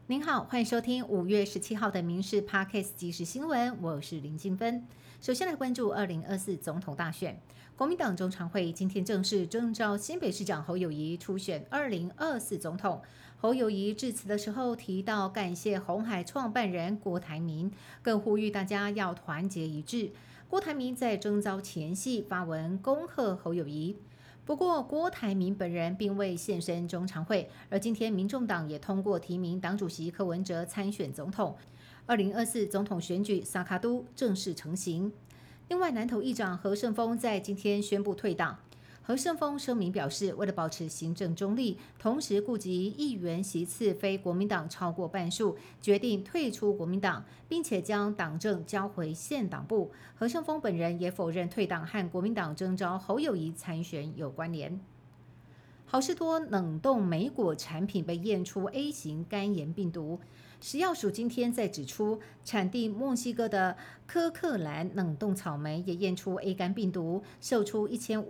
您好，欢迎收听5月17号的民事 Podcast 即时新闻，我是林静芬。首先来关注2024总统大选，国民党中常会今天正式征召新北市长侯友宜出选2024总统。侯友宜致辞的时候提到感谢鸿海创办人郭台铭，更呼吁大家要团结一致。郭台铭在征召前夕发文恭贺侯友宜。不过，郭台铭本人并未现身中常会，而今天民众党也通过提名党主席柯文哲参选总统，2024总统选举萨卡都正式成型。另外，南投议长何胜峰在今天宣布退党。何胜峰声明表示，为了保持行政中立，同时顾及议员席次非国民党超过半数，决定退出国民党，并且将党政交回县党部。何胜峰本人也否认退党和国民党征召侯友宜参选有关联。好事多冷冻莓果产品被验出 A 型肝炎病毒。食药署今天在指出，产地墨西哥的科克兰冷冻草莓也验出 A 肝病毒，售出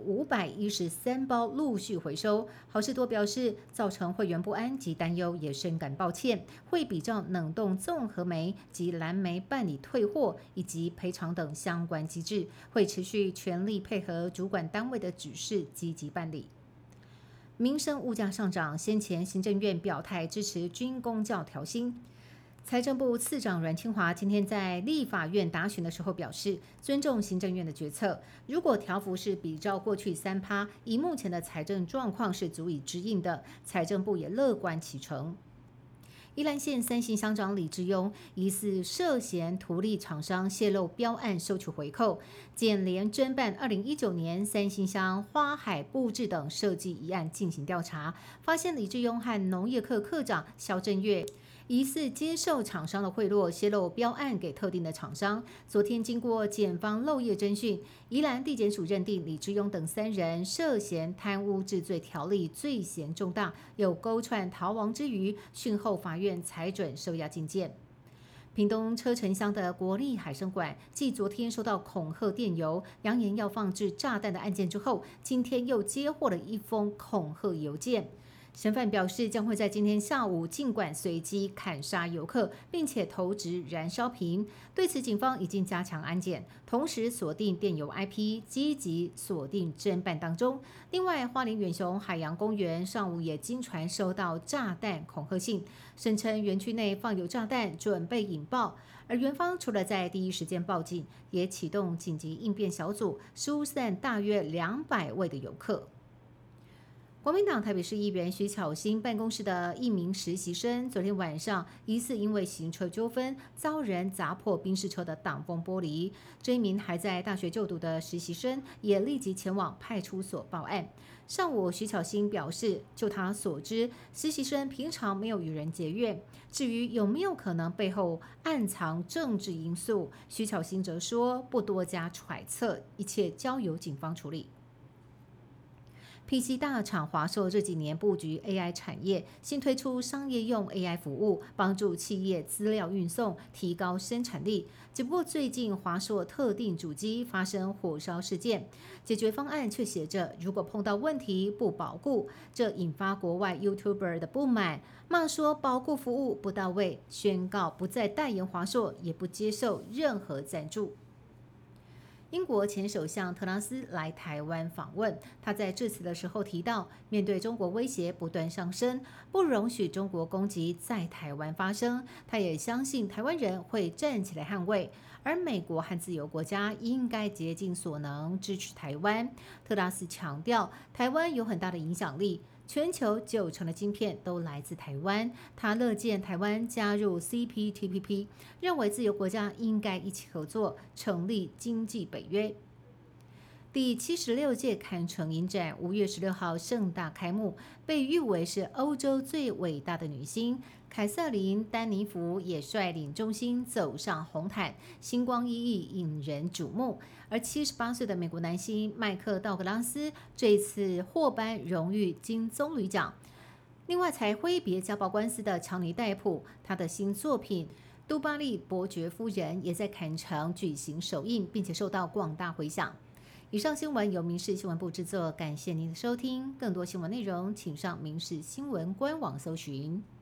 1513包陆续回收。好事多表示，造成会员不安及担忧，也深感抱歉，会比照冷冻综合莓及蓝莓办理退货以及赔偿等相关机制，会持续全力配合主管单位的指示，积极办理。民生物价上涨，先前行政院表态支持军公教调薪。财政部次长阮清华今天在立法院答询的时候表示，尊重行政院的决策，如果调幅是比照过去3%，以目前的财政状况是足以支应的，财政部也乐观其成。宜兰县三星乡长李志庸疑似涉嫌图利厂商泄露标案收取回扣，检联侦办2019年三星乡花海布置等设计一案进行调查，发现李志庸和农业课课长肖正月疑似接受厂商的贿赂，泄露标案给特定的厂商。昨天经过检方漏夜侦讯，宜兰地检署认定李志庸等3人涉嫌贪污治罪条例罪嫌重大，有勾串逃亡之余，讯后法院裁准收押禁见。屏东车城乡的国立海生馆，继昨天收到恐吓电邮，扬言要放置炸弹的案件之后，今天又接获了一封恐吓邮件。嫌犯表示，将会在今天下午进馆随机砍杀游客，并且投掷燃烧瓶。对此，警方已经加强安检，同时锁定电邮 IP， 积极锁定侦办当中。另外，花莲远雄海洋公园上午也经传收到炸弹恐吓信，声称园区内放有炸弹，准备引爆。而园方除了在第一时间报警，也启动紧急应变小组，疏散大约200位的游客。国民党台北市议员徐巧芯办公室的一名实习生，昨天晚上疑似因为行车纠纷遭人砸破宾士车的挡风玻璃。这一名还在大学就读的实习生也立即前往派出所报案。上午，徐巧芯表示，就他所知，实习生平常没有与人结怨。至于有没有可能背后暗藏政治因素，徐巧芯则说不多加揣测，一切交由警方处理。PC 大厂华硕这几年布局 AI 产业，新推出商业用 AI 服务，帮助企业资料运送，提高生产力。只不过最近华硕特定主机发生火烧事件，解决方案却写着如果碰到问题不保固，这引发国外 YouTuber 的不满，骂说保固服务不到位，宣告不再代言华硕，也不接受任何赞助。英国前首相特拉斯来台湾访问，他在致辞的时候提到，面对中国威胁不断上升，不容许中国攻击在台湾发生。他也相信台湾人会站起来捍卫，而美国和自由国家应该竭尽所能支持台湾。特拉斯强调，台湾有很大的影响力。全球90%的晶片都来自台湾，他乐见台湾加入 CPTPP， 认为自由国家应该一起合作，成立经济北约。第76届坎城影展5月16号盛大开幕，被誉为是欧洲最伟大的女星凯瑟琳·丹尼弗也率领中心走上红毯，星光熠熠，引人瞩目。而78岁的美国男星麦克·道格拉斯这一次获颁荣誉金棕榈奖。另外，才挥别家暴官司的强尼戴普，他的新作品《都巴利伯爵夫人》也在坎城举行首映，并且受到广大回响。以上新闻由民事新闻部制作，感谢您的收听。更多新闻内容，请上民事新闻官网搜寻。